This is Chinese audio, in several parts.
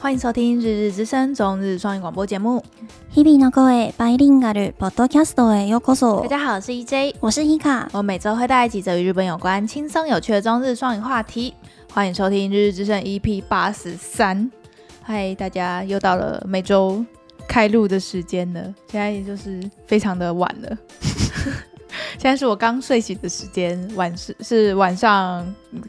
欢迎收听日日之声中日双语广播节目。 日々の声バイリンガルポッドキャストへようこそ。 大家好，我是 EJ， 我是 Hika。 我每周会带来几则与日本有关、轻松有趣的中日双语话题。欢迎收听日日之声 EP83。嗨，大家又到了每周开录的时间了，现在也就是非常的晚了。现在是我刚睡醒的时间，是晚上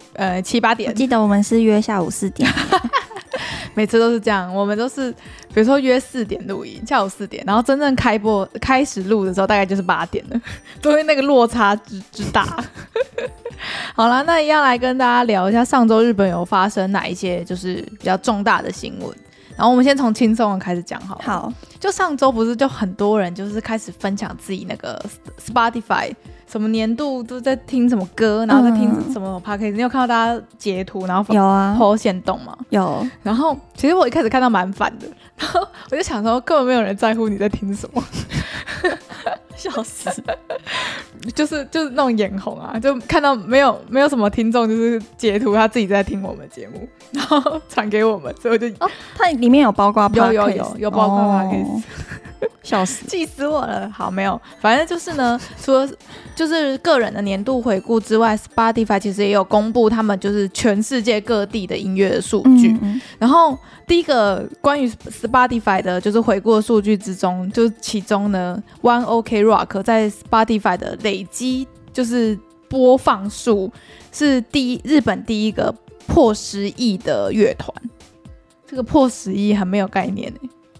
7、8点。 我记得我们是约下午4点。 每次都是这样，我们都是比如说约4点录音，下午4点，然后真正开始录的时候大概就是8点了，所以那个落差之大。好啦，那一样来跟大家聊一下上周日本有发生哪一些就是比较重大的新闻。然后我们先从轻松的开始讲好了。 好， 就上周不是就很多人就是开始分享自己那个 Spotify 什么年度都在听什么歌，然后在听什么 podcast，你有看到大家截图然后有啊 po 限动吗？ 有。 然后其实我一开始看到蛮烦的，然后我就想说根本没有人在乎你在听什么。 笑死。 就是那种眼红啊，就看到没有什么听众就是截图他自己在听我们节目，然后传给我们，所以我就它里面有包括 podcast， 有包括 podcast， 笑死， 气死我了。好，没有，反正就是呢，除了就是个人的年度回顾之外 ，Spotify 其实也有公布他们就是全世界各地的音乐的数据。然后第一个关于 Spotify 的就是回顾的数据之中，就是其中呢 One OK Rock 在 Spotify 的累积就是播放数是日本第一个破10亿的乐团。这个破10亿很没有概念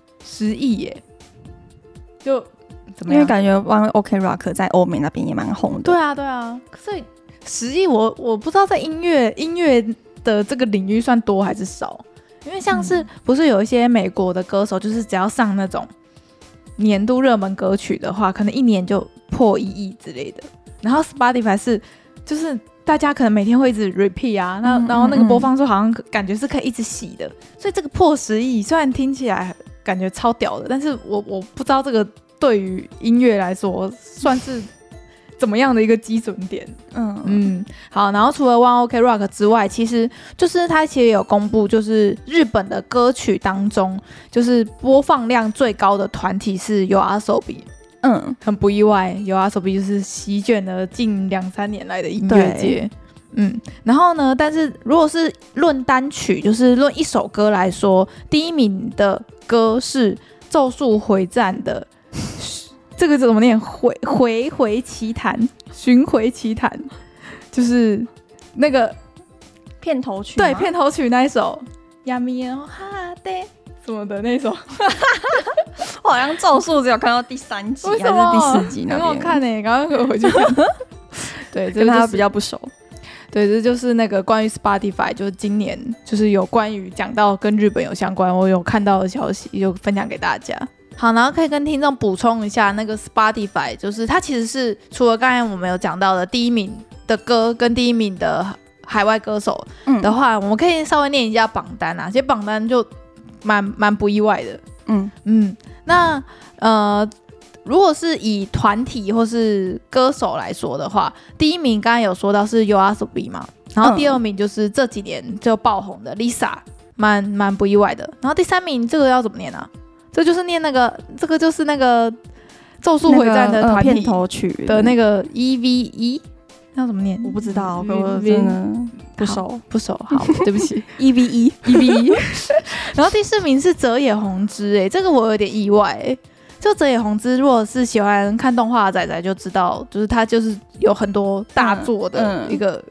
10亿耶，就怎么样？ 因为感觉 One OK Rock 在欧美那边也蛮红的。 对啊，所以10亿我不知道在音乐的这个领域算多还是少。因为像是不是有一些美国的歌手，就是只要上那种年度热门歌曲的话，可能1年就破1亿之类的。然后 Spotify 是就是大家可能每天会一直 repeat 啊，然后那个播放数好像感觉是可以一直洗的，所以这个破10亿虽然听起来感觉超屌的，但是我不知道这个对于音乐来说算是怎么样的一个基准点。好，然后除了 One OK Rock 之外，其实就是他其实有公布，就是日本的歌曲当中，就是播放量最高的团体是 YOASOBI。很不意外， YOASOBI 就是席卷了近2-3年来的音乐界。然后呢，但是如果是论单曲，就是论一首歌来说，第一名的歌是《咒术回战》的。这个怎么念？回奇谭，巡回奇谭，就是那个片头曲。 对，片头曲那一首Yami no Hade 什么的那首。 我好像咒术只有看到第3集还是第4集那边， 很好看刚刚回去看。对， 跟他比较不熟。 对，这就是那个关于 Spotify， 就是今年就是有关于讲到跟日本有相关，我有看到的消息，就分享给大家。好，然后可以跟听众补充一下，那个 Spotify 就是它其实是除了刚才我们有讲到的第一名的歌跟第一名的海外歌手的话，我们可以稍微念一下榜单啊，其实榜单就蛮不意外的。那如果是以团体或是歌手来说的话，第一名刚才有说到是 YOASOBI 嘛，然后第2名就是这几年就爆红的 Lisa， 蛮不意外的。然后第3名这个要怎么念啊？这就是念这个就是那个咒术回战的团体片头曲的那个 EVE， 那怎么念？ 我不知道，我真的不熟。好，对不起。EVE。然后第4名是泽野弘之，这个我有点意外。就泽野弘之，如果是喜欢看动画的仔仔就知道，就是他就是有很多大作的一个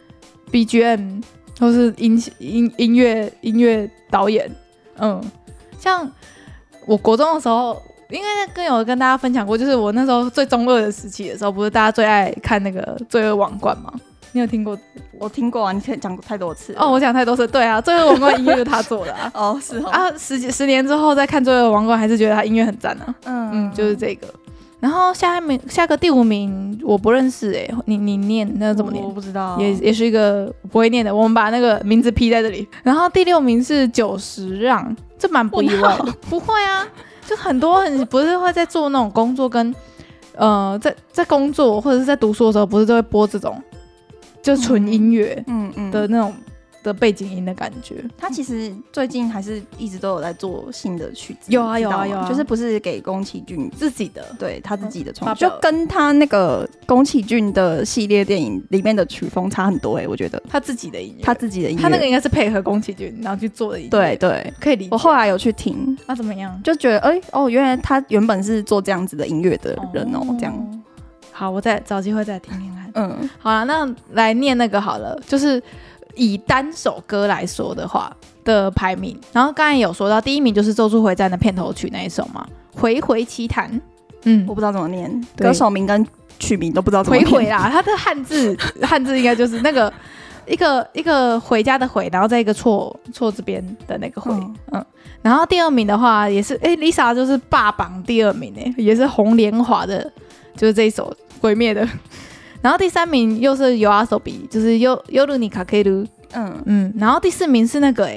BGM 或是音乐导演。像我国中的时候，应该有跟大家分享过，就是我那时候最中二的时期的时候，不是大家最爱看那个《罪恶王冠》吗？你有听过？ 我听过啊，你讲过太多次了。 我讲太多次，对啊，《罪恶王冠》音乐就是他做的啊。 是哦。 10年之后再看《罪恶王冠》，还是觉得他音乐很赞啊。就是这个。然后下个第5名我不认识你念那怎么念？ 我不知道， 也是一个不会念的。我们把那个名字 P 在这里。然后第6名是90让，这蛮不意外的。不会啊，就很多人不是会在做那种工作跟在工作或者是在读书的时候，不是都会播这种就纯音乐的那种的背景音的感觉。 他其实最近还是一直都有在做新的曲子， 有啊有啊有啊， 就是不是给宫崎骏自己的， 对他自己的创作，就跟他那个宫崎骏的系列电影里面的曲风差很多我觉得他自己的音乐， 他那个应该是配合宫崎骏然后去做的音乐， 对对， 可以理解。 我后来有去听， 那怎么样？ 就觉得原来他原本是做这样子的音乐的人这样。 好，我再找机会再听听看。好了，那来念那个好了，就是以单首歌来说的话的排名，然后刚才有说到第一名就是《咒术回战》的片头曲那一首嘛，《回回奇谭》。 我不知道怎么念，歌手名跟曲名都不知道怎么念。 回回啦，它的汉字应该就是那个一个回家的回，然后再一个错这边的那个回。然后第二名的话也是Lisa 就是霸榜第二名也是红莲华的，就是这一首鬼灭的。然后第三名又是 YOASOBI， 就是 Yoru ni Kakeru。然后第四名是那个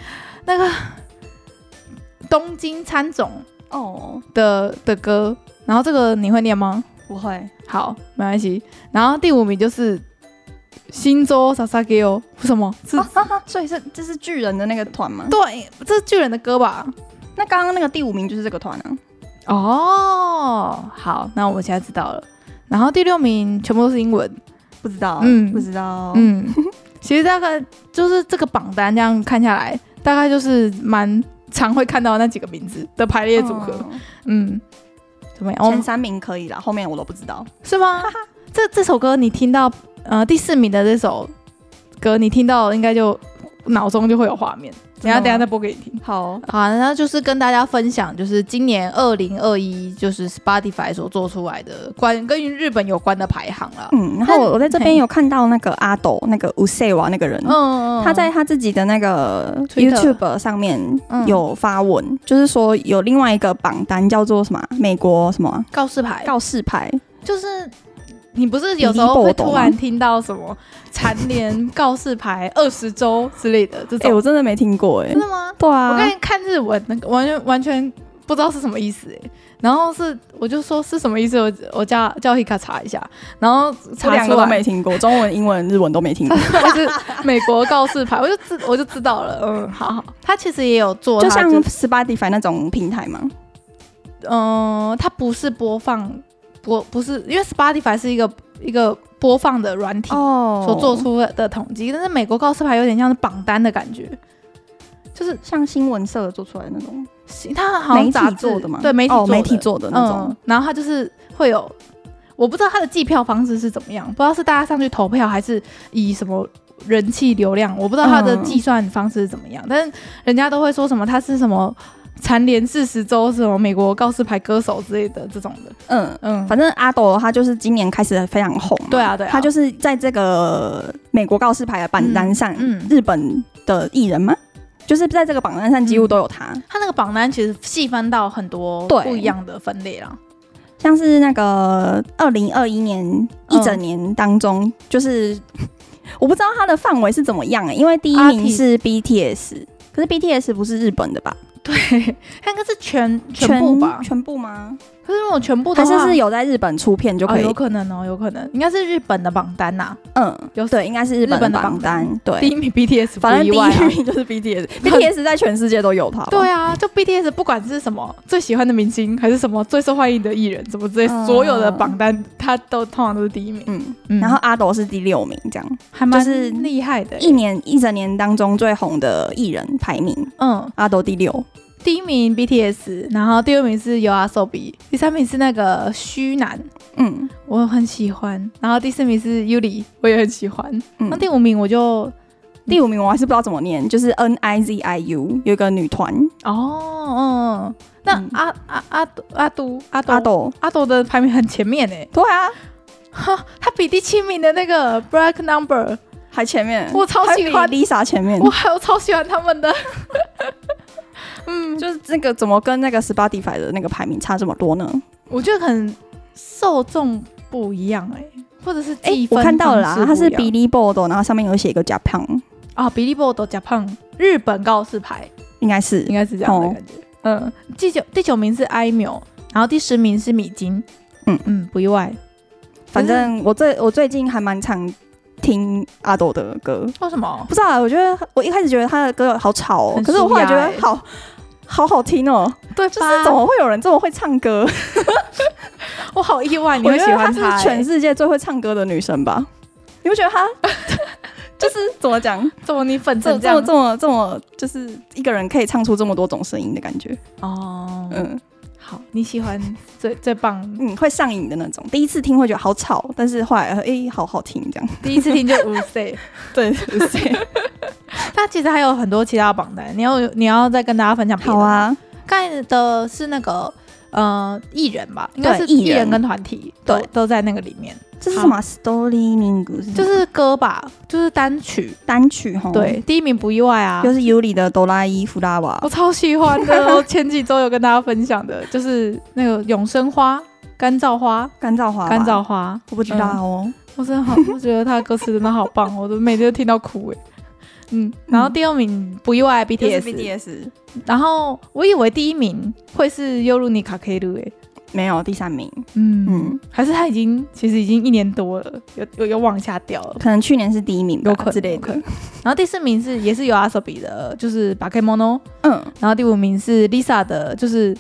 东京喰种的歌。然后这个你会念吗？ 不会。 好，没关系。然后第五名就是新州 Sasageo， 什么？ 所以这是巨人的那个团吗？ 对，这是巨人的歌吧？ 那刚刚那个第五名就是这个团好，那我们现在知道了。然后第六名全部都是英文， 不知道，不知道。其实大概就是这个榜单这样看下来，大概就是蛮常会看到那几个名字的排列组合。怎么样？ 前三名可以啦，后面我都不知道， 是吗？这首歌你听到第四名的这首歌，你听到应该就脑中就会有画面。等一下再播给你听。 好， 那就是跟大家分享，就是今年2021就是 Spotify 所做出来的跟日本有关的排行啦。 然后我在这边有看到那个阿斗那个 Usewa 那个人，他在他自己的那个 YouTube 上面有发文，就是说有另外一个榜单叫做什么美国什么告示牌，就是你不是有时候会突然听到什么蝉联告示牌20周之类的这种？ 我真的没听过真的吗？ 对啊， 我刚才看日文，那个完全不知道是什么意思然后我就说是什么意思，我叫 Hika 查一下，然后查出来两个都没听过，中文、英文、日文都没听过， 就是美国告示牌，我就知道了。好，他其实也有做， 就像 Spotify 那种平台吗？ 它不是播放。不是，因为 Spotify 是一个播放的软体所做出的统计，但是美国告示牌有点像是榜单的感觉，就是像新闻社做出来的那种， 它好像杂志做的嘛， 对，媒体做的那种。 然后它就是会有，我不知道它的计票方式是怎么样，不知道是大家上去投票还是以什么人气流量，我不知道它的计算方式是怎么样，但是人家都会说什么它是什么。蝉联40周是什么美国告示牌歌手之类的这种的， 反正阿斗他就是今年开始非常红， 对啊， 他就是在这个美国告示牌的榜单上，日本的艺人吗？就是在这个榜单上几乎都有他。 他那个榜单其实细分到很多不一样的分类啦， 像是那个2021年一整年当中，就是我不知道他的范围是怎么样因为第一名是 BTS， 可是 BTS 不是日本的吧？ 对，它应该是全部吧？ 全部吗？ 可是如果全部的话， 还是有在日本出片就可以？ 有可能有可能，应该是日本的榜单呐。 对，应该是日本的榜单。对， 第一名 BTS， 反正第一名就是 BTS，BTS 在全世界都有它。 对啊，就 BTS 不管是什么最喜欢的明星，还是什么最受欢迎的艺人，什么之类，所有的榜单他通常都是第一名。 然后阿斗是第6名，这样还蛮厉害的。 一整年当中最红的艺人排名，阿斗第6。 第一名 BTS， 然后第二名是 YOASOBI， 第三名是那个虚男，我很喜欢，然后第四名是 Yuri， 我也很喜欢，那第五名我还是不知道怎么念，就是 NIZIU 有一个女团那阿斗的排名很前面对啊， 他比第7名的那个 Black Number 还前面， 我超喜欢 Lisa 前面， 我超喜欢他们的。 就是这个怎么跟那个 Spotify 的那个排名差这么多呢？ 我觉得可能受众不一样或者是计分我看到了啦，它是 Billboard， 然后上面有写一个 Japan Billboard Japan 日本告示牌， 应该是这样的感觉。第9名是艾繆，然后第10名是米津，不意外。 反正我最近还蛮常听阿斗的歌。 为什么？ 不知道，我觉得我一开始觉得他的歌好吵哦，可是我后来觉得好听哦， 对吧？ 就是怎么会有人这么会唱歌？ 我好意外你会喜欢她是全世界最会唱歌的女生吧？你不觉得她就是怎么讲？ 怎么你粉成这样？ 这么就是一个人可以唱出这么多种声音的感觉哦。好，你喜欢最棒， 会上瘾的那种。第一次听会觉得好吵，但是后来好好听这样。 第一次听就无塞， 对无塞。 它其实还有很多其他榜单，你要再跟大家分享别的吗？ 好啊， 刚才的是那个艺人吧，应该是艺人跟团体都在那个里面。 这是什么 ？Streaming 就是歌吧，就是单曲吼。 对，第一名不意外啊， 就是 Yuri 的哆啦 A 弗拉瓦， 我超喜欢的。我前几周有跟大家分享的，就是那个永生花、干燥花， 我不知道哦。 我真的好，我觉得他的歌词真的好棒，我都每天都听到哭然后第二名不意外 BTS， 然后我以为第一名会是 Yoru ni Kakeru 没有第3名， 还是他其实已经1年多了，有往下掉了， 可能去年是第1名吧之类的。 然后第4名也是有 YOASOBI 的，就是 Bakemono，然后第5名是 Lisa 的，就是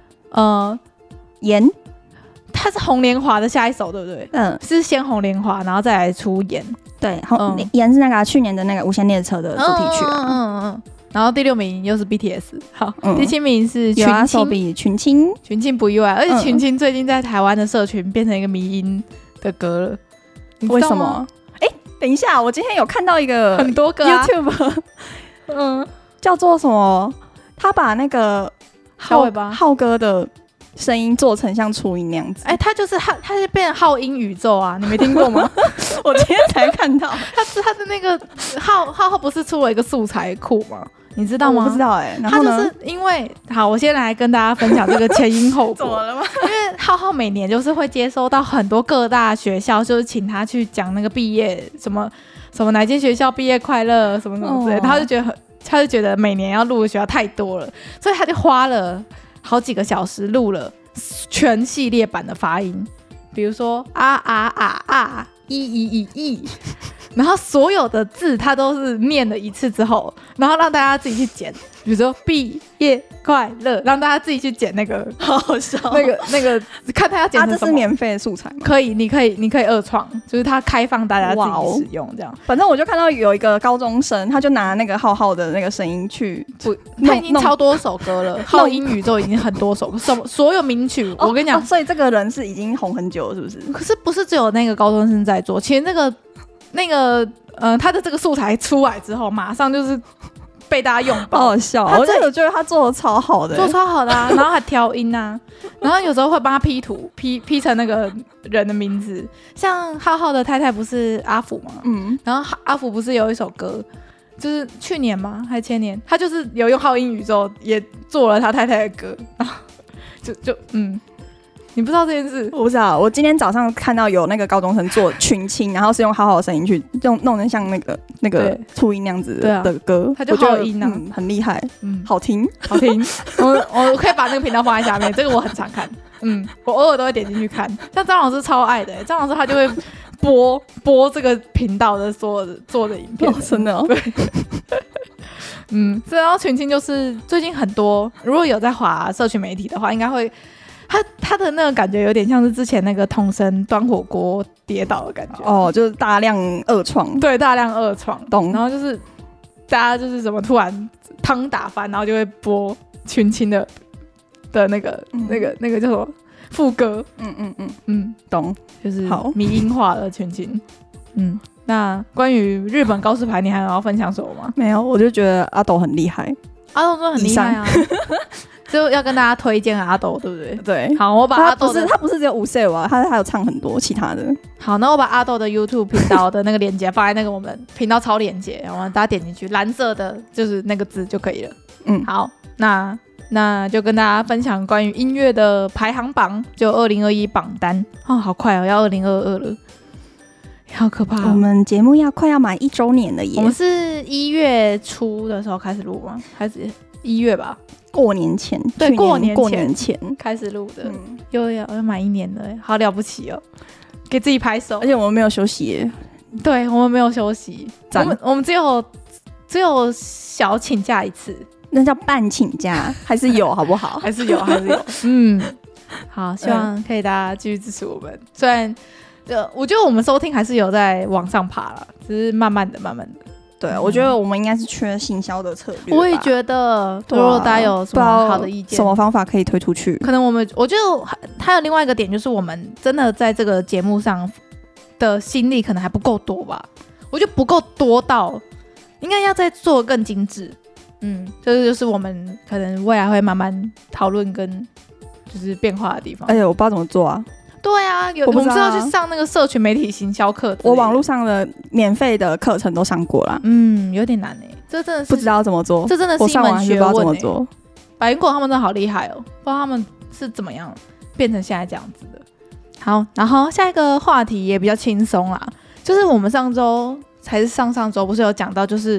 盐， 它是红莲华的下一首，对不对？是先红莲华，然后再来出盐。 对，盐是那个去年的那个无限列车的主题曲然后第6名又是 BTS， 好，第7名是群青不意外，而且群青最近在台湾的社群变成一个迷音的歌了， 为什么？等一下，我今天有看到一个很多歌 YouTube，叫做什么？他把那个浩哥的声音做成像初音那样子， 他就是变成浩音宇宙啊，你没听过吗？ 我今天才看到， 他的那个浩不是出了一个素材库吗？你知道吗？ 我不知道然后呢？他就是因为好，我先来跟大家分享这个前因后果。 怎么了吗？ 因为浩每年就是会接收到很多各大学校，就是请他去讲那个毕业什么哪间学校毕业快乐什么之类的，他就觉得每年要录的学校太多了，所以他就花了好几个小时录了全系列版的发音，比如说然后所有的字他都是念了一次之后，然后让大家自己去剪，比如说毕业快乐，让大家自己去剪那个， 好笑， 那个看他要剪成什么。 这是免费的素材吗？ 可以，你可以二创，就是他开放大家自己使用这样。 反正我就看到有一个高中生，他就拿那个浩的那个声音去， 他已经超多首歌了，浩音宇宙已经很多首歌，所有名曲，我跟你讲， 所以这个人是已经红很久了，是不是？ 可是不是只有那个高中生在做，其实那个他的这个素材出来之后，马上就是被大家拥抱， 好好笑。我觉得他做的超好的， 啊，然后还调音啊，然后有时候会帮他 P 图，P 成那个人的名字。像浩的太太不是阿福吗？然后阿福不是有一首歌，就是去年吗？还是前年？他就是有用浩音宇宙也做了他太太的歌，然后你不知道这件事？ 我不知道。我今天早上看到有那个高中生做群青，然后是用浩的声音去弄成像那个初音那样子的歌， 他就浩音啊， 很厉害，好听。 我可以把那个频道放在下面，这个我很常看，我偶尔都会点进去看。像张老师超爱的，张老师他就会播这个频道的所有的做的影片， 真的。 对。然后群青就是最近很多，如果有在滑社群媒体的话，应该会。他的那个感觉有点像是之前那个统神端火锅跌倒的感觉就是大量二创， 对，大量二创， 懂。 然后就是大家就是什么突然汤打翻，然后就会播群青的那个叫什么副歌， 懂， 就是迷因化的群青。那关于日本高士牌，你还要分享什么吗？ 没有，我就觉得阿斗很厉害， 阿斗真的很厉害啊。就要跟大家推荐阿斗，对不对？ 对， 好，我把阿斗他不是只有5岁啊，他还有唱很多其他的。 好，那我把阿斗的 YouTube 频道的那个链接放在那个我们频道超链接，然后大家点进去，蓝色的就是那个字就可以了。好，那就跟大家分享关于音乐的排行榜，就2021榜单好快哦，要2022了。好可怕！ 我们节目快要满1周年了耶！ 我们是1月初的时候开始录吗？还是1月吧？ 过年前， 对，过年前开始录的，又要满1年了，好了不起哦，给自己拍手。 而且我们没有休息耶， 对，我们没有休息，我们只有小请假一次， 那叫半请假，还是有好不好？ 还是有，好，希望可以大家继续支持我们。虽然，我觉得我们收听还是有在往上爬了，只是慢慢的。 对，我觉得我们应该是缺行销的策略。 我也觉得，如果大家有什么好的意见， 什么方法可以推出去？ 可能我觉得还有另外一个点，就是我们真的在这个节目上的心力可能还不够多吧。我觉得不够多到，应该要再做更精致。这个就是我们可能未来会慢慢讨论跟就是变化的地方。 我不知道怎么做啊。 对啊，我们是要去上那个社群媒体行销课。 我网络上的免费的课程都上过了。 有点难这真的是不知道怎么做。 这真的是一门学问。 不知道怎么做。 百灵果他们真的好厉害哦，不知道他们是怎么样变成现在这样子的。好，然后下一个话题也比较轻松啦，就是我们上周还是上周不是有讲到，就是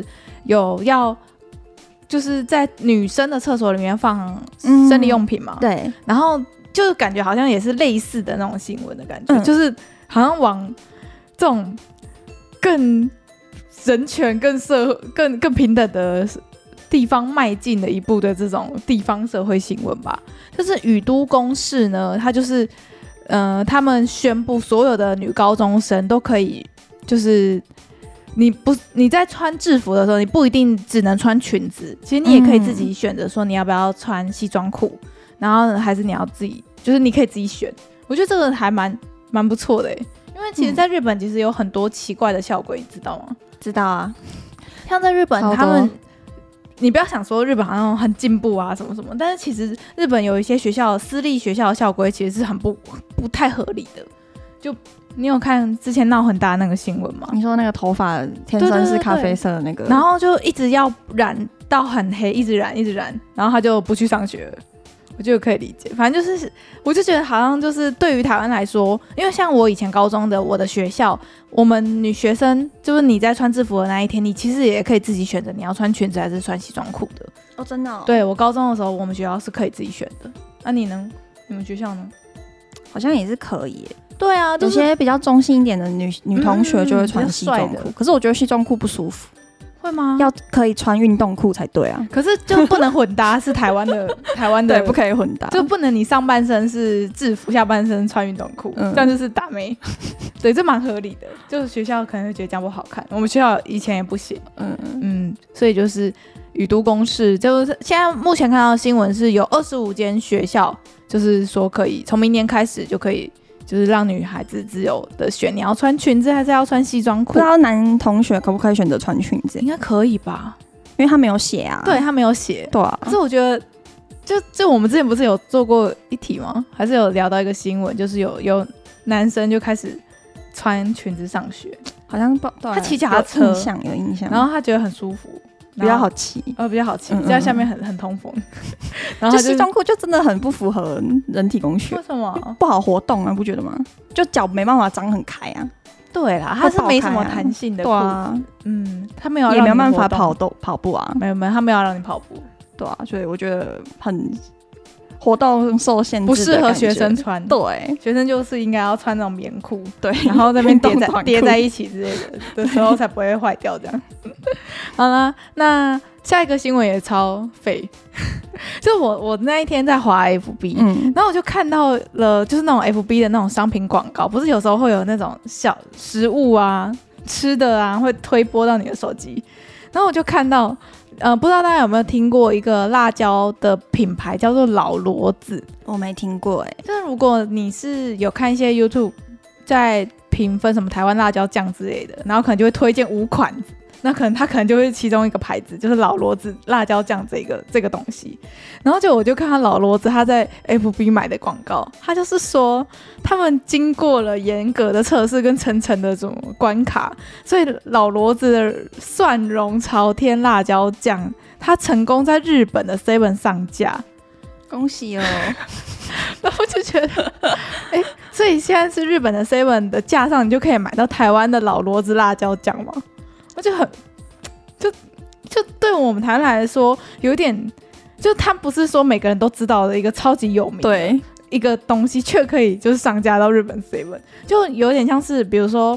就是在女生的厕所里面放生理用品嘛。 对， 然后就感觉好像也是类似的那种新闻的感觉，就是好像往这种更人权、更平等的地方迈进的一步的这种地方社会新闻吧。就是宇都宫市呢，它就是他们宣布所有的女高中生都可以，就是你在穿制服的时候，你不一定只能穿裙子，其实你也可以自己选择说你要不要穿西装裤。然后还是你要自己，就是你可以自己选。我觉得这个还蛮不错的因为其实在日本其实有很多奇怪的校规，你知道吗？ 知道啊， 像在日本他们，你不要想说日本好像很进步啊什么什么，但是其实日本有一些私立学校的校规其实是很不太合理的。就你有看之前闹很大那个新闻吗？ 你说那个头发天生是咖啡色的那个， 然后就一直要染到很黑，一直染，然后他就不去上学了。我觉得可以理解，反正就是，我就觉得好像就是对于台湾来说，因为像我以前高中的我的学校，我们女学生就是你在穿制服的那一天，你其实也可以自己选择你要穿裙子还是穿西装裤的。 哦，真的哦？ 对，我高中的时候，我们学校是可以自己选的。那你呢？你们学校呢？ 好像也是可以。 对啊， 有些比较中性一点的女同学就会穿西装裤，可是我觉得西装裤不舒服。 会吗？ 要可以穿运动裤才对啊！ 可是就不能混搭，是台湾的对，不可以混搭， 就不能你上半身是制服，下半身穿运动裤，这样就是打妹。对，这蛮合理的。就是学校可能会觉得这样不好看，我们学校以前也不行。所以就是宇都宫市，就是现在目前看到的新闻是有25间学校，就是说可以从明年开始就可以。就是让女孩子自由的选，你要穿裙子还是要穿西装裤？ 不知道男同学可不可以选择穿裙子？ 应该可以吧， 因为他没有写啊。 对，他没有写。 对啊。 可是我觉得，就我们之前不是有做过一题吗？还是有聊到一个新闻，就是有男生就开始穿裙子上学， 好像他骑脚踏车， 有印象， 然后他觉得很舒服。 比较好骑， 比较好骑，在下面很通风。然后西装裤就真的很不符合人体工学， 为什么不好活动啊？不觉得吗？就脚没办法张很开啊。 对啦，它是没什么弹性的裤子。对啊，它没有也没有办法跑步啊。 没有，它没有让你跑步。 对啊，所以我觉得很活动受限制， 不适合学生穿。 对， 学生就是应该要穿那种棉裤， 对， 然后那边叠在一起之类的时候才不会坏掉这样。好了，那下一个新闻也超废，就我那一天在滑 FB，然后我就看到了，就是那种 FB 的那种商品广告，不是有时候会有那种小食物啊、吃的啊，会推播到你的手机，然后我就看到。不知道大家有没有听过一个辣椒的品牌叫做老骡子？ 我没听过就是如果你是有看一些 YouTube 在评分什么台湾辣椒酱之类的，然后可能就会推荐5款，那它可能就会其中一个牌子就是老骡子辣椒酱这个东西。然后我就看他老骡子他在 FB 买的广告，他就是说他们经过了严格的测试跟层层的这种关卡，所以老骡子的蒜蓉朝天辣椒酱它成功在日本的 Seven 上架， 恭喜哦！ 然后就觉得所以现在是日本的 Seven 的架上你就可以买到台湾的老骡子辣椒酱吗？我就很就对我们台湾来说有点，就它不是说每个人都知道的一个超级有名的一个东西，却可以就是上架到日本 7， 就有点像是比如说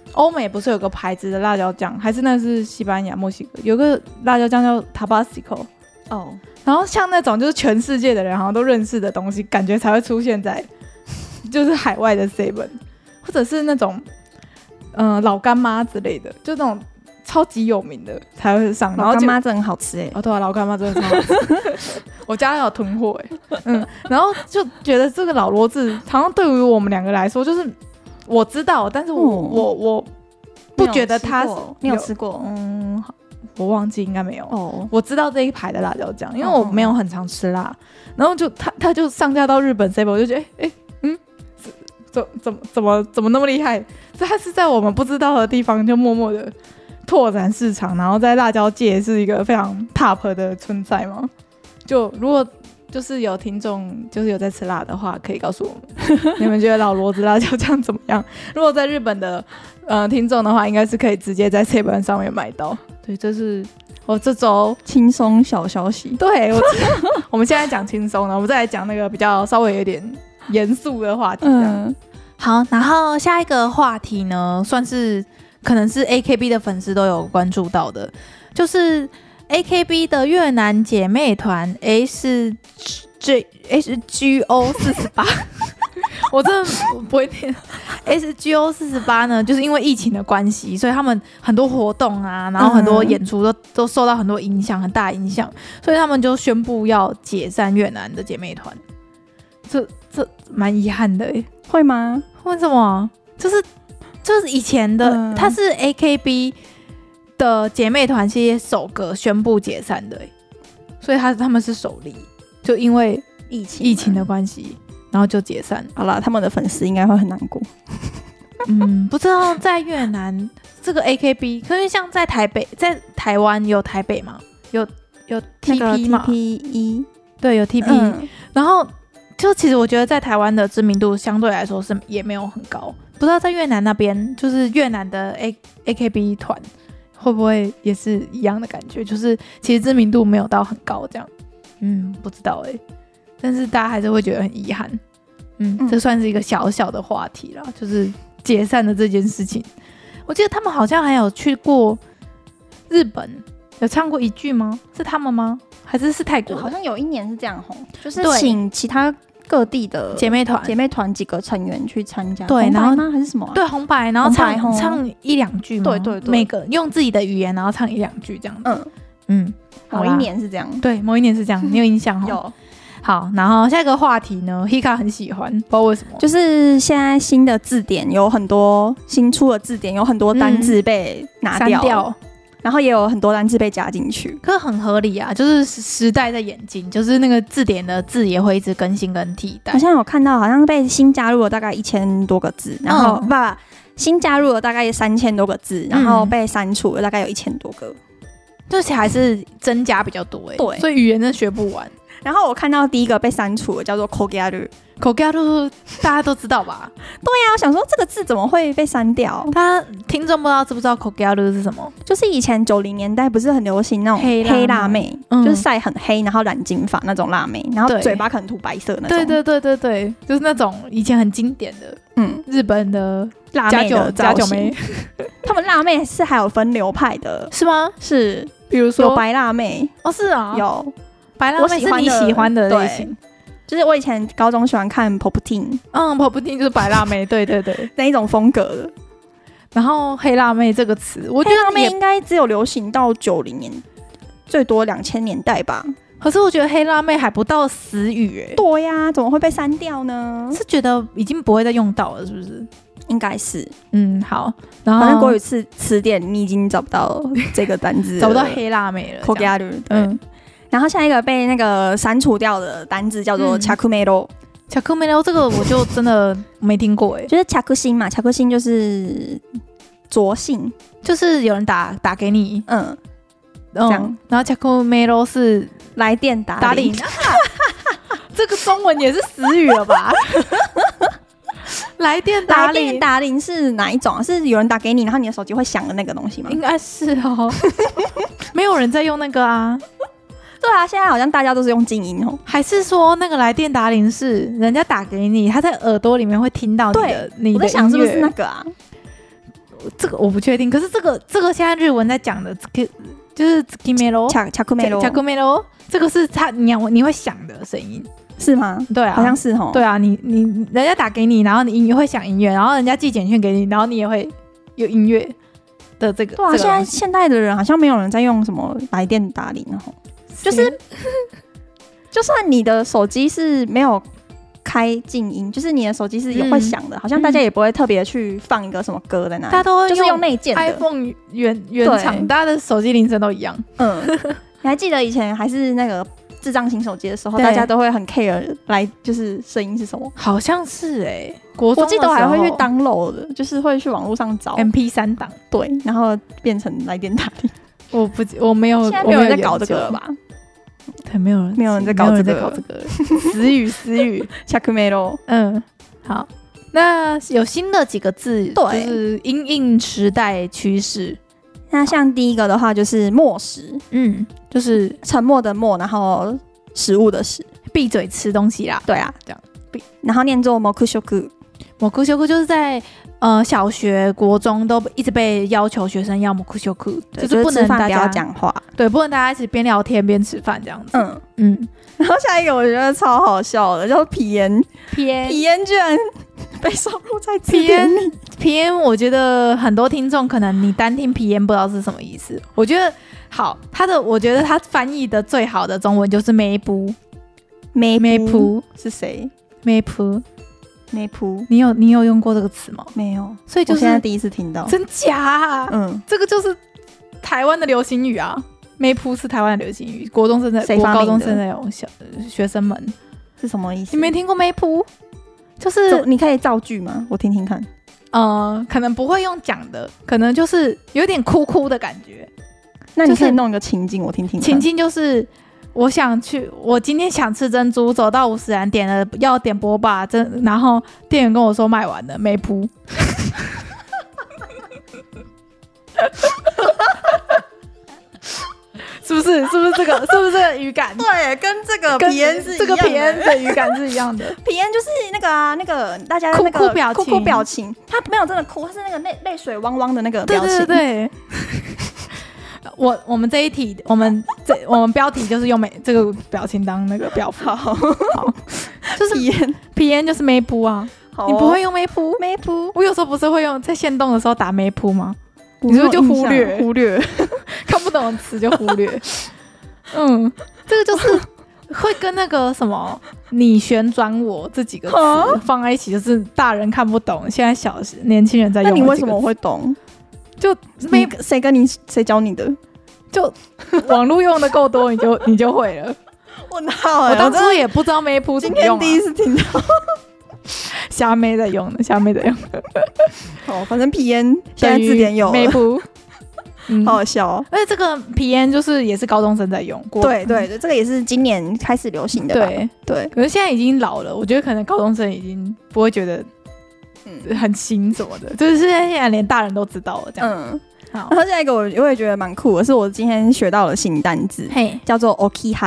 欧美不是有个牌子的辣椒酱，还是那是西班牙、墨西哥有个辣椒酱叫 Tabasco 哦，然后像那种就是全世界的人好像都认识的东西，感觉才会出现在就是海外的 Seven， 或者是那种老干妈之类的，就那种超级有名的才会上。 老干妈真的很好吃哎！ 哦，对啊，老干妈真的超好吃，我家有囤货哎。然后就觉得这个老罗字好像对于我们两个来说，就是我知道，但是我不觉得它没有吃过， 我忘记应该没有。我知道这一排的辣椒酱，因为我没有很常吃辣，然后就它就上架到日本 Seven， 我就觉得怎么那么厉害？它是在我们不知道的地方就默默的拓展市场，然后在辣椒界是一个非常 top 的存在吗？就如果就是有听众就是有在吃辣的话，可以告诉我们，你们觉得老罗子辣椒酱怎么样？如果在日本的听众的话，应该是可以直接在 Seven 上面买到。对，这是我这周轻松小消息。 对，我们现在讲轻松了，我们再来讲那个比较稍微有点严肃的话题。好，然后下一个话题呢，算是可能是 AKB 的粉丝都有关注到的，就是 AKB 的越南姐妹团 SGO48 我真的不会念 SGO48 呢，就是因为疫情的关系，所以他们很多活动啊，然后很多演出都受到很多影响，很大影响，所以他们就宣布要解散越南的姐妹团。这蛮遗憾的耶。 会吗？ 为什么？就是以前的，它是 AKB 的姐妹团系列首个宣布解散的耶，所以他们是首例，就因为疫情的关系，然后就解散。 好啦，他们的粉丝应该会很难过。 不知道在越南这个 AKB， 可是像在台北，在台湾有台北吗？有 TP 嘛 ？TP1 对，有 TP，然后。就其实我觉得在台湾的知名度相对来说是也没有很高，不知道在越南那边，就是越南的 AKB 团会不会也是一样的感觉，就是其实知名度没有到很高这样。不知道但是大家还是会觉得很遗憾。这算是一个小小的话题啦，就是解散的这件事情。我记得他们好像还有去过日本，有唱过一句吗？是他们吗？还是泰国？ 好像有一年是这样红，就是请其他各地的姐妹团几个成员去参加。 对，然后吗？还是什么？ 对，红白，然后唱一两句嘛。 对， 每个用自己的语言，然后唱一两句这样子。 某一年是这样。 对，某一年是这样，你有印象吗？ 有。 好，然后下一个话题呢 ，Hika 很喜欢，不知道为什么， 就是现在新的字典有很多新出的字典，有很多单字被拿掉。然后也有很多单字被加进去， 可是很合理啊，就是时代在演进，就是那个字典的字也会一直更新跟替代。 好像有看到，好像被新加入了大概1000多个字，然后新加入了大概3000多个字，然后被删除了大概有1000多个， 就是还是增加比较多对， 所以语言真的学不完。 然后我看到第一个被删除的叫做 Kogaru， 大家都知道吧？ 对呀，我想说这个字怎么会被删掉？ 他听众不知道知不知道 Kogaru 是什么？ 就是以前90年代不是很流行那种黑辣妹，就是晒很黑，然后染金发那种辣妹，然后嘴巴可能涂白色那种。 对，就是那种以前很经典的，日本的辣妹的加九妹。 他们辣妹是还有分流派的， 是吗？ 是， 比如说有白辣妹哦，是啊， 有白辣妹是你喜欢的类型。 就是我以前高中喜欢看 Pop-Teen，Pop-Teen 就是白辣妹，对那一种风格的。 然后黑辣妹这个词，我觉得黑辣妹应该只有流行到90年，最多2000年代吧。 可是我觉得黑辣妹还不到死语对呀，怎么会被删掉呢？ 是觉得已经不会再用到了，是不是？ 应该是。 好。然后反正国语词典你已经找不到这个单字， 找不到黑辣妹了。 Kogaru，然后下一个被那个删除掉的单字叫做 chakumero。chakumero 这个我就真的没听过就是 chakusin 嘛，chakusin 就是着信， 就是有人打给你， 这样。 然后 chakumero 是来电打铃。 这个中文也是死语了吧？来电打铃是哪一种啊？是有人打给你，然后你的手机会响的那个东西吗？ 应该是哦。没有人在用那个啊。 对啊，现在好像大家都是用静音哦。 还是说那个来电打铃是人家打给你，他在耳朵里面会听到你的音乐？ 我在想是不是那个啊？ 这个我不确定，可是这个现在日文在讲的就是tsukimero chakumero，这个是他你会响的声音。 是吗？ 对啊， 好像是齁。 对啊，你人家打给你，然后你会响音乐，然后人家寄简讯给你，然后你也会有音乐的这个。 对啊，现在现代的人好像没有人在用什么来电打铃齁，就是就算你的手机是没有开静音，就是你的手机是会响的，好像大家也不会特别去放一个什么歌在那里， 大家都会就是用内建的 iPhone 原厂，大家的手机铃声都一样。 你还记得以前还是那个智障型手机的时候，大家都会很 care 来就是声音是什么？ 好像是我记得我还会去 download 的，就是会去网络上找 MP3 档， 对，然后变成来电打铃。 我没有， 现在没有人在搞这个了吧？ 对，没有人在搞这个，死语 chakumero。 好，那有新的几个字，就是因应时代趋势。 那像第一个的话就是默食， 就是沉默的默，然后食物的食， 闭嘴吃东西啦。 对啊，这样。然后念作 mokushoku， mokushoku 就是在小学、国中都一直被要求学生要 mokushoku， 就是不能大家不要讲话， 对，不能大家一起边聊天边吃饭这样子。 然后下一个我觉得超好笑的，叫皮炎居然被收录在字典里。 皮炎，我觉得很多听众可能你单听皮炎不知道是什么意思。我觉得好，我觉得他翻译的最好的中文就是梅布是谁？ 梅布，你有用过这个词吗？ 没有， 所以就是我现在第一次听到。 真假啊？这个就是台湾的流行语啊。梅铺是台湾的流行语，国中生在国高中生在用，学生们是什么意思？ 你没听过梅铺？就是你可以造句吗？我听听看。 可能不会用讲的，可能就是有点哭哭的感觉。 那你可以弄一个情境，我听听看。 情境就是我今天想吃珍珠，走到50元点了要点波霸，然后店员跟我说卖完了，梅铺。是不是这个语感？ 对，跟这个皮炎是一样的， 这个皮炎的语感是一样的。 皮炎就是那个大家那个哭表情，他没有真的哭，他是那个泪水汪汪的那个表情。 对。我们这一题，我们标题就是用这个表情当那个标符。好，就是皮炎就是梅铺啊。你不会用梅铺？我有时候不是会用在限动的时候打梅铺吗？你是不是就忽略看不懂的词就忽略？这个就是会跟那个什么你旋转我这几个词放在一起，就是大人看不懂，现在年轻人在用。 那你为什么会懂？ 就谁教你的？ 就网络用的够多，你就会了。我当初也不知道梅铺怎么用， 今天第一次听到。 虾妹在用的。 反正皮炎现在字典有梅铺， 好好笑哦。 而且这个皮炎就是也是高中生在用。 对，这个也是今年开始流行的。对， 可是现在已经老了，我觉得可能高中生已经不会觉得很新什么的，就是现在连大人都知道了这样。好， 然后下一个我也觉得蛮酷的，是我今天学到了新单字，叫做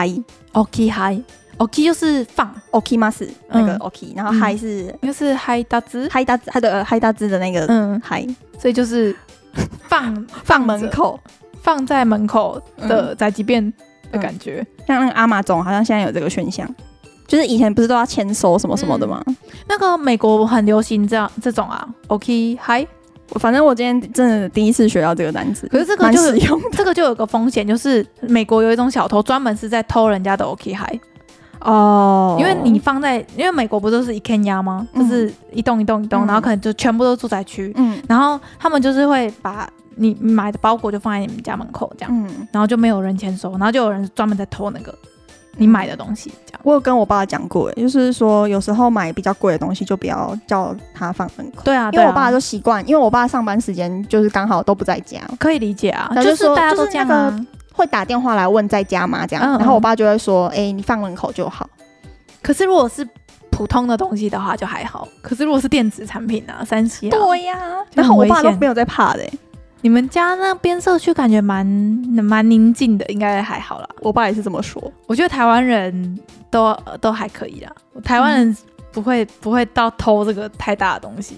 okihai。oki 就是放 okimasu 那个 oki， 然后嗨是就是嗨大兹， 嗨大兹的那个嗨， 所以就是放门口， 放在门口的宅急便的感觉。 像那个阿玛总好像现在有这个选项，就是以前不是都要签收什么什么的吗？ 那个美国很流行这种啊 oki hi。 反正我今天真的第一次学到这个单词， 可是这个就有个风险，就是美国有一种小偷专门是在偷人家的 oki hi。因为你因为美国不都是一坑压吗？就是一栋一栋一栋，然后可能就全部都住宅区，然后他们就是会把你买的包裹就放在你们家门口这样，然后就没有人签收，然后就有人专门在偷那个你买的东西这样。 我有跟我爸讲过，就是说有时候买比较贵的东西就不要叫他放门口。 对啊， 因为我爸就习惯，因为我爸上班时间就是刚好都不在家， 可以理解啊，就是大家都这样啊。 会打电话来问在家吗？这样，然后我爸就会说：“你放门口就好。” 可是如果是普通的东西的话就还好，可是如果是电子产品啊，3C啊， 对呀，然后我爸都没有在怕的。 你们家那边社区感觉蛮宁静的，应该还好啦。 我爸也是这么说。 我觉得台湾人都还可以啦，台湾人不会到偷这个太大的东西，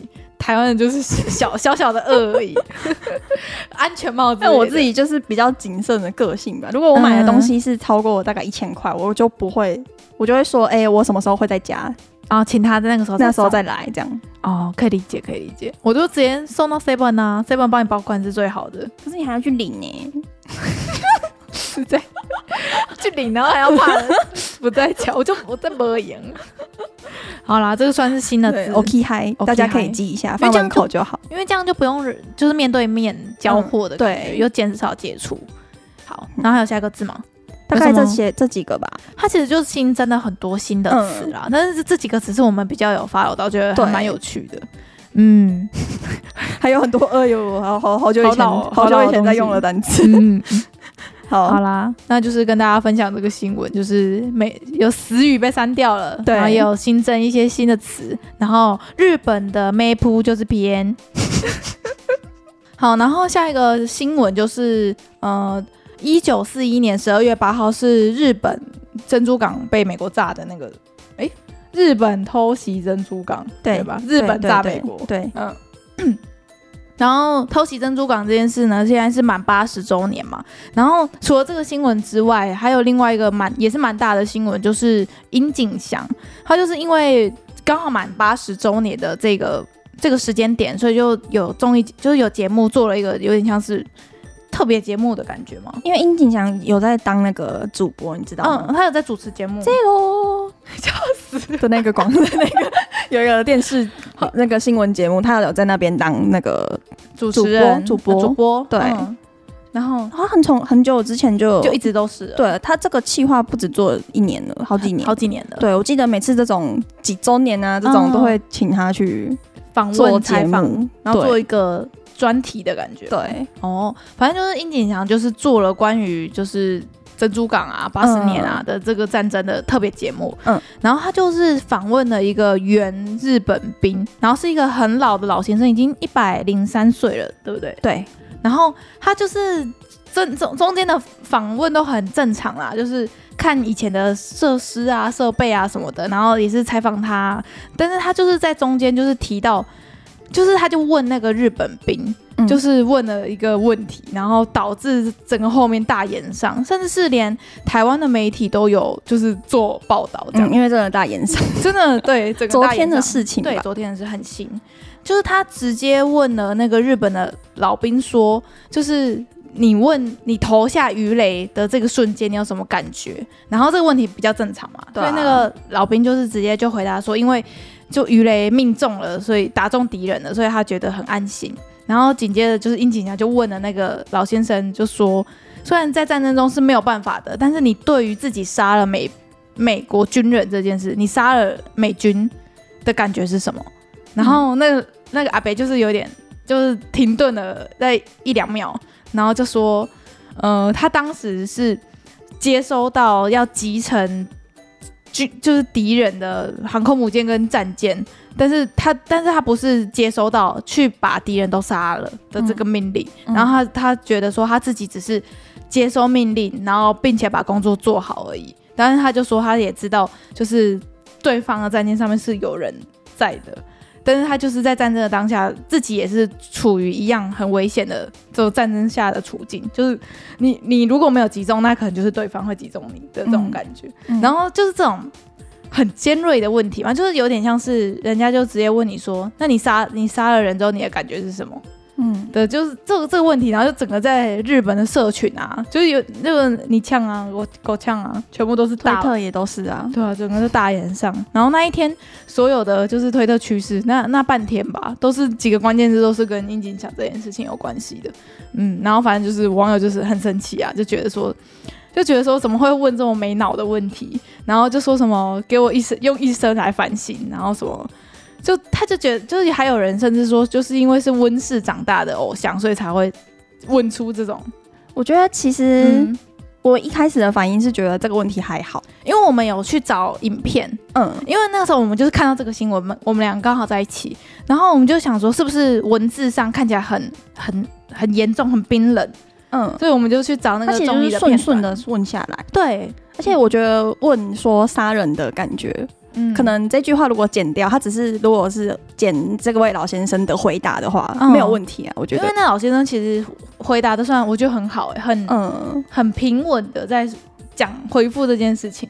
台湾人就是小小的恶而已。安全帽之类的， 但我自己就是比较谨慎的个性吧。如果我买的东西是超过大概1000块，我就不会，我就会说，我什么时候会在家， 然后请他在那个时候再来这样。 哦，可以理解，可以理解。我就直接送到 Seven 啊 ，Seven 帮你保管是最好的。 可是你还要去领呢， 是这样，去领然后还要怕人不在家，我在没赢。好啦，这个算是新的字 ，OK 嗨，大家可以记一下，放门口就好， 因为这样就不用就是面对面交货的感觉，又减少接触。好，然后还有下一个字吗？ 大概这几个吧。 它其实就是新增了很多新的词啦，但是这几个词是我们比较有 follow 到，觉得还蛮有趣的。 还有很多好久以前在用的单词。 好啦，那就是跟大家分享这个新闻，就是有死语被删掉了，然后也有新增一些新的词，然后日本的 map 就是偏。好，然后下一个新闻就是1941年12月8号是日本珍珠港被美国炸的那个，日本偷袭珍珠港，对吧？日本炸美国， 对。 然后偷袭珍珠港这件事呢，现在是满80周年嘛。然后除了这个新闻之外，还有另外一个也是蛮大的新闻，就是樱井翔，他就是因为刚好满80周年的这个时间点，所以就有综艺，就是有节目做了一个有点像是特别节目的感觉吗？ 因为樱井翔有在当那个主播，你知道吗？ 他有在主持节目。 这咯，笑死的那个广的那个有一个电视那个新闻节目，他有在那边当那个主持人、 主播，对。 然后他很久之前就一直都是了， 对，他这个企划不止做1年了，好几年了。对，我记得每次这种几周年啊，这种都会请他去访问采访，然后做一个专题的感觉。 对， 反正就是樱井翔就是做了关于就是珍珠港啊80年啊的这个战争的特别节目。然后他就是访问了一个原日本兵，然后是一个很老的老先生，已经103岁了，对不对？ 对。 然后他就是中间的访问都很正常啦，就是看以前的设施啊、设备啊什么的，然后也是采访他，但是他就是在中间就是提到，就是他就问那个日本兵，就是问了一个问题，然后导致整个后面大延上，甚至是连台湾的媒体都有就是做报道这样， 因为真的大延上， 真的对整个昨天的事情， 对昨天的事很新。就是他直接问了那个日本的老兵说，就是你投下鱼雷的这个瞬间，你有什么感觉？然后这个问题比较正常嘛，所以那个老兵就是直接就回答说，因为就鱼雷命中了，所以打中敌人了，所以他觉得很安心。然后紧接着就是樱井翔就问了那个老先生，就说，虽然在战争中是没有办法的，但是你对于自己杀了美国军人这件事，你杀了美军的感觉是什么？然后那个阿北就是有点就是停顿了在1-2秒，然后就说，他当时是接收到要击沉就是敌人的航空母舰跟战舰，但是他不是接收到去把敌人都杀了的这个命令，然后他觉得说他自己只是接收命令，然后并且把工作做好而已。但是他就说他也知道，就是对方的战舰上面是有人在的。但是他就是在战争的当下，自己也是处于一样很危险的这种战争下的处境，就是你如果没有击中，那可能就是对方会击中你的这种感觉。然后就是这种很尖锐的问题嘛，就是有点像是人家就直接问你说，那你杀了人之后，你的感觉是什么？对，就是这个问题，然后就整个在日本的社群啊，就是有那个你呛啊，我狗呛啊，全部都是推特也都是啊， 对啊，整个是大言上。然后那一天所有的就是推特趋势，那半天吧，都是几个关键字都是跟樱井翔这件事情有关系的。然后反正就是网友就是很生气啊，就觉得说怎么会问这么没脑的问题，然后就说什么给我用一生来反省，然后什么。他就觉得，就是还有人甚至说，就是因为是温室长大的偶像，所以才会问出这种。我觉得其实我一开始的反应是觉得这个问题还好，因为我们有去找影片，因为那个时候我们就是看到这个新闻，我们俩刚好在一起，然后我们就想说，是不是文字上看起来很严重、很冰冷？所以我们就去找那个综艺的片段， 顺的问下来。 对， 而且我觉得问说杀人的感觉。 可能这句话如果剪掉，他只是如果是剪这位老先生的回答的话，没有问题啊，我觉得。 因为那老先生其实回答的算我觉得很好，很平稳的在回复这件事情。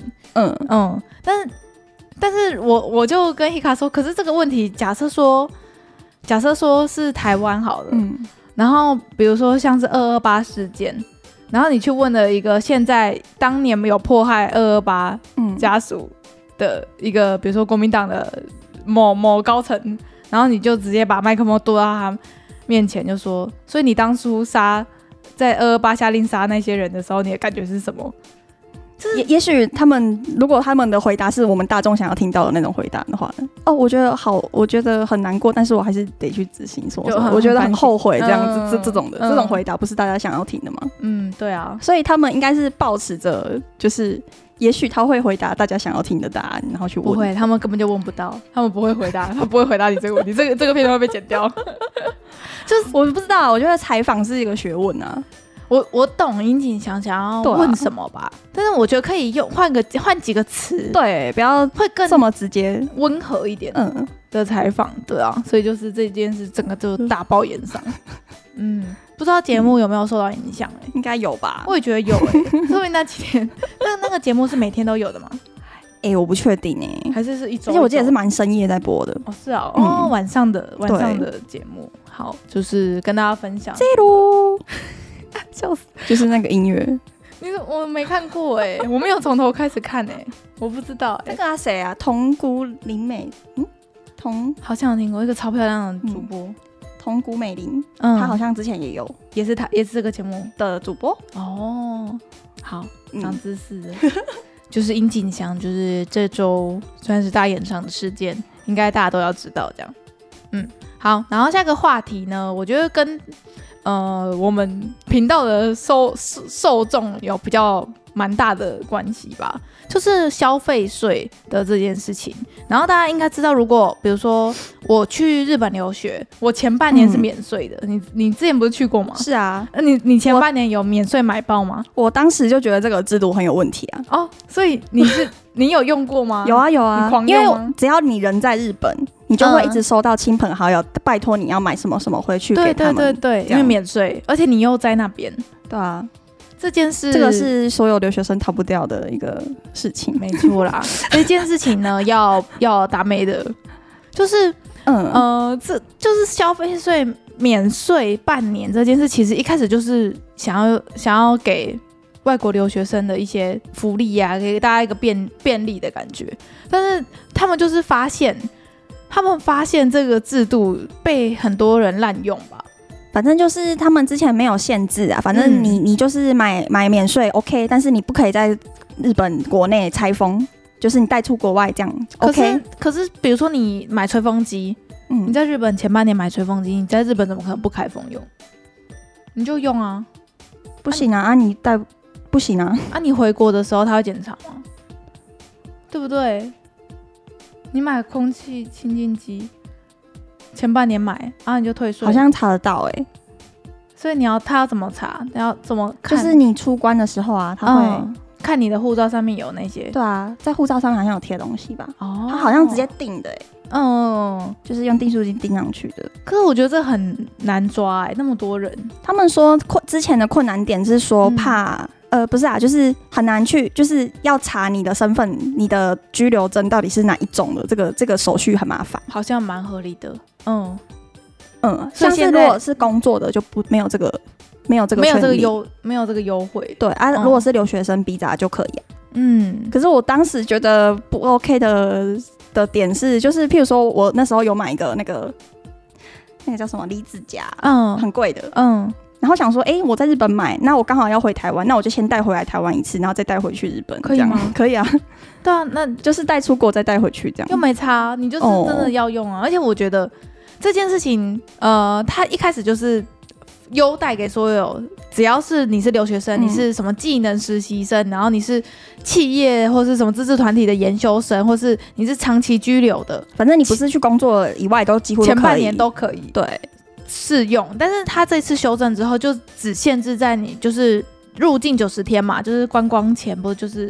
但是我就跟 Hika 说，可是这个问题假设说是台湾好了，然后比如说像是228事件，然后你去问了一个现在当年有迫害228家属的一个，比如说国民党的某高层，然后你就直接把麦克风丢到他面前，就说，所以你当初在228下令杀那些人的时候，你的感觉是什么？ 也许如果他们的回答是我们大众想要听到的那种回答的话，我觉得很难过，但是我还是得去执行，我觉得很后悔这样子，这种回答不是大家想要听的吗？ 对啊， 所以他们应该是抱持着就是也许他会回答大家想要听的答案，然后去问。 不会，他们根本就问不到，他们不会回答，他不会回答你这个问题，这个片段会被剪掉。 就是我不知道，我觉得采访是一个学问啊。 我懂殷景祥想要问什么吧，但是我觉得可以换几个词， 对，不要会更这么直接， 温和一点的采访，对啊，所以就是这件事整个就大爆炎上。不知道节目有没有受到影响？ 应该有吧？ 我也觉得有说明那几天那个节目是每天都有的吗？ 我不确定还是一周？ 而且我记得是蛮深夜在播的。 是啊，晚上的节目，好，就是跟大家分享。 笑死！就是那个音乐， 我没看过我没有从头开始看我不知道那个谁啊，桐谷绫美， 好像有听过一个超漂亮的主播， 桐谷美玲，她好像之前也有， 也是这个节目的主播好，长知识了。就是殷景祥，就是这周算是大演上的事件，应该大家都要知道这样。好，然后下个话题呢，我觉得跟我们频道的受众有比较蛮大的关系吧，就是消费税的这件事情。然后大家应该知道，如果比如说我去日本留学，我前半年是免税的。你之前不是去过吗？ 是啊， 你前半年有免税买包吗？ 我当时就觉得这个制度很有问题啊。 所以你有用过吗？ 有啊，你狂用吗？ 因为只要你人在日本，你就会一直收到亲朋好友拜托你要买什么什么回去给他们。 对，因为免税，而且你又在那边。 对啊， 这个是所有留学生逃不掉的一个事情。 没错啦，这件事情呢要打妹的，就是这就是消费税免税半年这件事，其实一开始就是想要给外国留学生的一些福利啊，给大家一个便利的感觉，但是他们发现这个制度被很多人滥用吧。 反正就是他们之前没有限制啊，反正你就是买免税 OK， 但是你不可以在日本国内拆封，就是你带出国外这样 OK。 可是比如说你买吹风机，你在日本前半年买吹风机，你在日本怎么可能不开封用？你就用啊， 不行啊，你带不行啊， 你回国的时候他会检查吗？对不对？你买空气清净机。前半年买你就退税， 好像查得到所以他要怎么查？要怎么看？ 就是你出关的时候啊，他会看你的护照上面有那些。 对啊，在护照上面好像有贴东西吧？他好像直接订的就是用订书机订上去的。 可是我觉得这很难抓那么多人。 他们说之前的困难点是说怕。不是啊，就是很难去，就是要查你的身份，你的居留证到底是哪一种的，这个手续很麻烦， 好像蛮合理的。 像是如果是工作的就没有这个权利， 没有这个优惠。 对啊，如果是留学生 visa 就可以可是我当时觉得不 OK 的点是，就是譬如说我那时候有买一个那个叫什么离子夹，很贵的，然后想说，我在日本买，那我刚好要回台湾，那我就先带回来台湾一次，然后再带回去日本， 可以吗？ 可以啊， 对啊，那就是带出国再带回去这样， 又没差，你就是真的要用啊。而且我觉得这件事情，它一开始就是优待给所有，只要是你是留学生，你是什么技能实习生，然后你是企业或是什么自治团体的研修生，或是你是长期居留的， 反正你不是去工作以外，都几乎都可以， 前半年都可以。 对。 适用，但是他这次修正之后，就只限制在你就是入境90天嘛，就是观光前不就是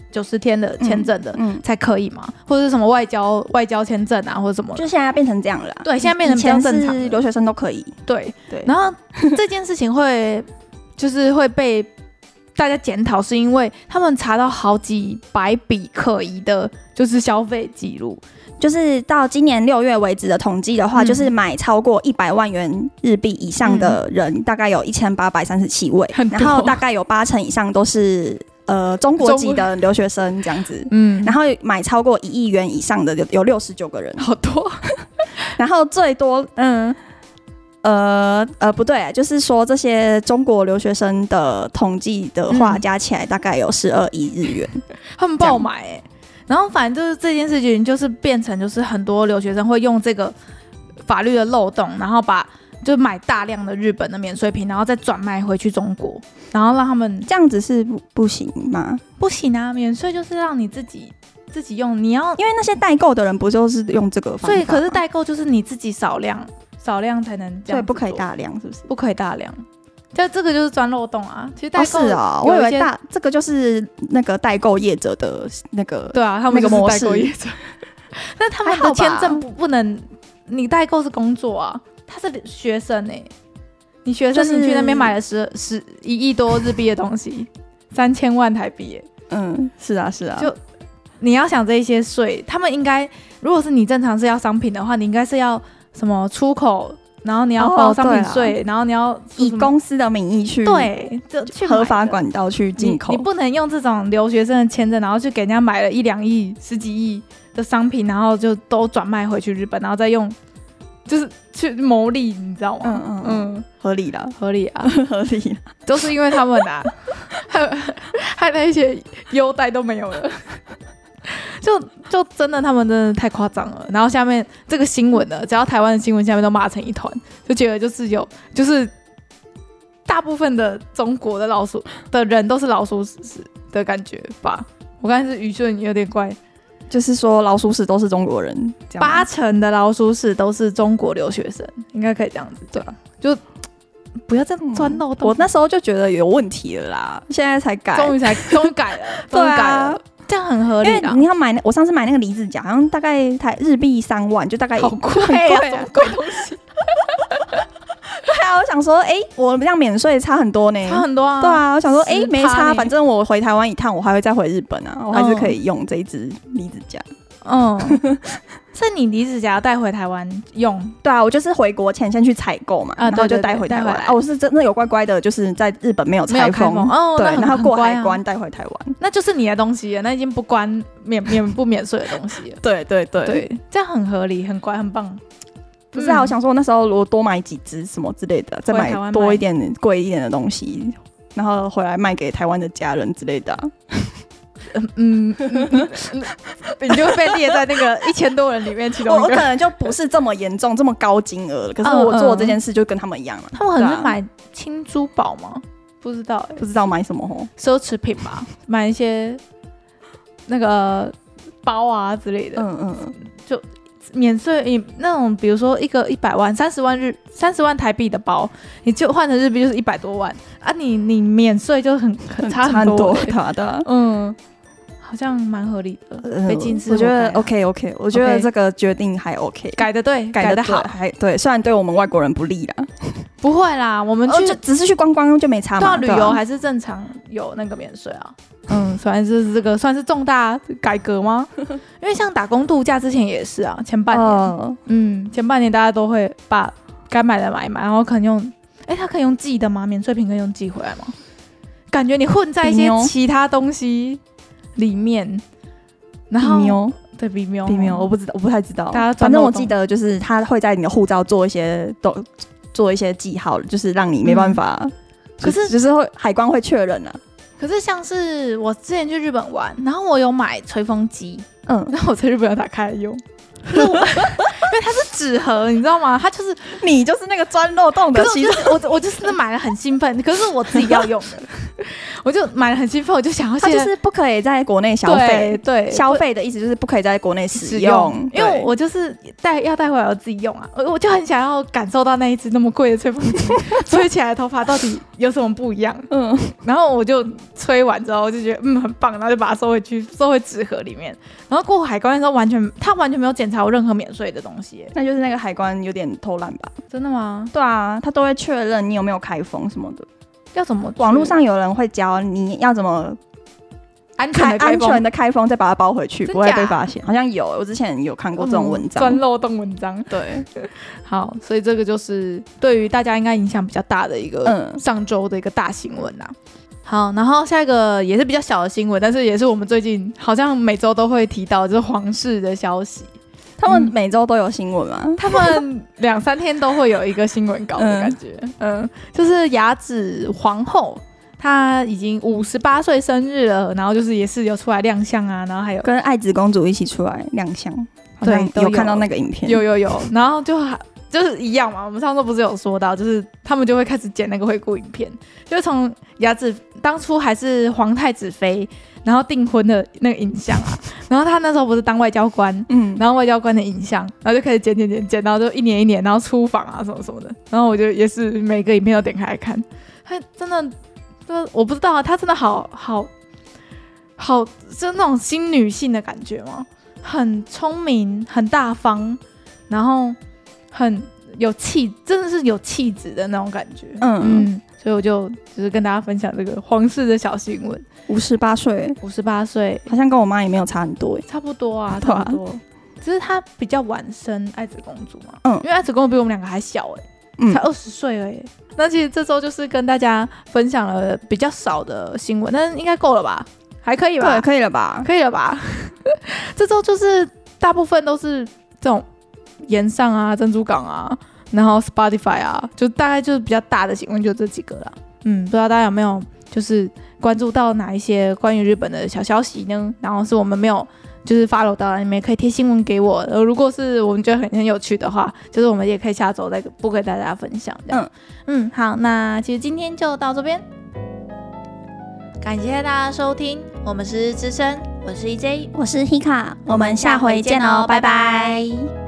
90天的签证的才可以嘛，或者是什么外交签证啊，或者什么， 就现在变成这样了啦。 对，现在变成比较正常是留学生都可以。 对，然后这件事情会被大家检讨，是因为他们查到好几百笔可疑的，就是消费记录。 就是到今年6月为止的统计的话，就是买超过100万元日币以上的人，大概有1837位，然后大概有80%以上都是中国籍的留学生这样子。然后买超过1亿元以上的有69个人， 好多。 然后最多不对，就是说这些中国留学生的统计的话，加起来大概有12亿日元， 他们爆买然后反正就是这件事情，就是变成就是很多留学生会用这个法律的漏洞，然后就买大量的日本的免税品，然后再转卖回去中国，然后让他们这样子是不行吗？ 不行啊，免税就是让你自己用，你要因为那些代购的人不就是用这个方法吗？ 所以可是代购就是你自己少量才能这样， 所以不可以大量，是不是？ 不可以大量。这个就是钻漏洞啊！其实代购是啊，我以为这个就是那个代购业者的那个对啊，他们就是代购业者。那他们的签证不能，你代购是工作啊，他是学生你学生你去那边买了1亿多日币的东西，3000万台币是啊， 就你要想这一些税，他们应该如果是你正常是要商品的话，你应该是要什么出口。然后你要报商品税，然后你要以公司的名义去去合法管道去进口。 你不能用这种留学生的签证，然后去给人家买了1、2亿、10几亿的商品，然后就都转卖回去日本，然后再用就是去牟利，你知道吗？ 合理啦， 合理啊， 合理啦， 都是因为他们还那些优待都没有了。就真的他们真的太夸张了，然后下面这个新闻呢，只要台湾的新闻下面都骂成一团，就觉得就是大部分的中国的人都是老鼠屎的感觉吧。我刚才是语顺有点怪， 就是说老鼠屎都是中国人 ，80%的老鼠屎都是中国留学生，应该可以这样子对吧？就不要再钻漏洞。 我那时候就觉得有问题了啦，现在才改， 终于改了，终于改了。这样很合理的， 因为你要我上次买那个离子夹，好像大概日币3万，就大概好贵啊，什么贵东西？ 对啊，我想说，我这样免税差很多呢， 差很多啊。 对啊，我想说，没差，反正我回台湾一趟，我还会再回日本啊，我还是可以用这一支离子夹。 是你离子夹带回台湾用？ 对啊，我就是回国前先去采购嘛，然后就带回台湾。我是真的有乖乖的，就是在日本没有拆封，对，然后过海关带回台湾， 那就是你的东西了，那已经不关免税的东西了。 对， 这样很合理，很乖，很棒。 不是啊，我想说那时候我多买几只什么之类的，再买多一点贵一点的东西，然后回来卖给台湾的家人之类的啊。 你就会被列在那个1000多人里面，其中一个我可能就不是这么严重、这么高金额，可是我做这件事就跟他们一样了。 他们可能是买轻珠宝吗？不知道买什么奢侈品吧，买一些那个包啊之类的。就免税那种，比如说一个100万、30万台币的包，你就换成日币就是100多万啊！你免税就很差很多，的。好像蛮合理的，被禁止。 我觉得 OK， 我觉得这个决定还 OK， 改得对，改得好， 还对。虽然对我们外国人不利啦， 不会啦，我们就只是去观光就没差嘛。 对啊，旅游还是正常有那个免税啊。算是这个算是重大改革吗？因为像打工度假之前也是啊，前半年，前半年大家都会把该买的买一买，然后可能用，他可以用寄的吗？免税品可以用寄回来吗？感觉你混在一些其他东西里面，然后对比喵， 我不知道，我不太知道。反正我记得就是他会在你的护照做一些记号，就是让你没办法。可是就是海关会确认啊。 可是像是我之前去日本玩，然后我有买吹风机，然后我在日本有打开来用。因为它是纸盒，你知道吗？它就是你就是那个钻漏洞的。 其实我就是买了很兴奋，可是我自己要用的，我就买了很兴奋，我就想要。 它就是不可以在国内消费， 对， 消费的意思就是不可以在国内使用， 因为我就是要带回来我自己用啊，我就很想要感受到那一只那么贵的吹风机吹起来的头发到底有什么不一样？然后我就吹完之后我就觉得很棒，然后就把它收回纸盒里面。然后过海关的时候他完全没有检查我任何免税的东西。 那就是那个海关有点偷懒吧？ 真的吗？ 对啊，他都会确认你有没有开封什么的。 要怎么？ 网络上有人会教你要怎么安全的开封，再把它包回去，不会被发现。好像有，我之前有看过这种文章， 钻漏洞文章。 对， 好，所以这个就是对于大家应该影响比较大的一个上周的一个大新闻啦。好，然后下一个也是比较小的新闻，但是也是我们最近好像每周都会提到，就是皇室的消息。 他们每周都有新闻吗？ 他们2-3天都会有一个新闻稿的感觉。就是雅子皇后。她已经58岁生日了，然后就是也是有出来亮相啊，然后还有跟爱子公主一起出来亮相，对，有看到那个影片， 有，然后就是一样嘛，我们上周不是有说到，就是他们就会开始剪那个回顾影片，就是从雅子当初还是皇太子妃，然后订婚的那个影像啊，然后他那时候不是当外交官，然后外交官的影像，然后就开始剪，然后就一年一年，然后出访啊什么什么的，然后我就也是每个影片都点开来看，他真的。我不知道啊，她真的好，就那种新女性的感觉吗？很聪明，很大方，然后很有气，真的是有气质的那种感觉。所以我就是跟大家分享这个皇室的小新闻。 58岁， 好像跟我妈也没有差很多， 差不多啊，差不多。只是她比较晚生爱子公主嘛，因为爱子公主比我们2个还小才20岁而已。那其实这周就是跟大家分享了比较少的新闻，但是应该够了吧？还可以吧？ 对，可以了吧？ 这周就是大部分都是这种岩上啊、珍珠港啊，然后 Spotify 啊，就大概就是比较大的新闻就这几个啦。不知道大家有没有就是关注到哪一些关于日本的小消息呢？然后是我们没有就是 follow 到了，你们也可以贴新闻给我。如果是我们觉得很有趣的话，就是我们也可以下周再不跟大家分享这样。好，那其实今天就到这边，感谢大家收听，我们是日之声，我是 EJ， 我是 Hika， 我们下回见哦，拜拜。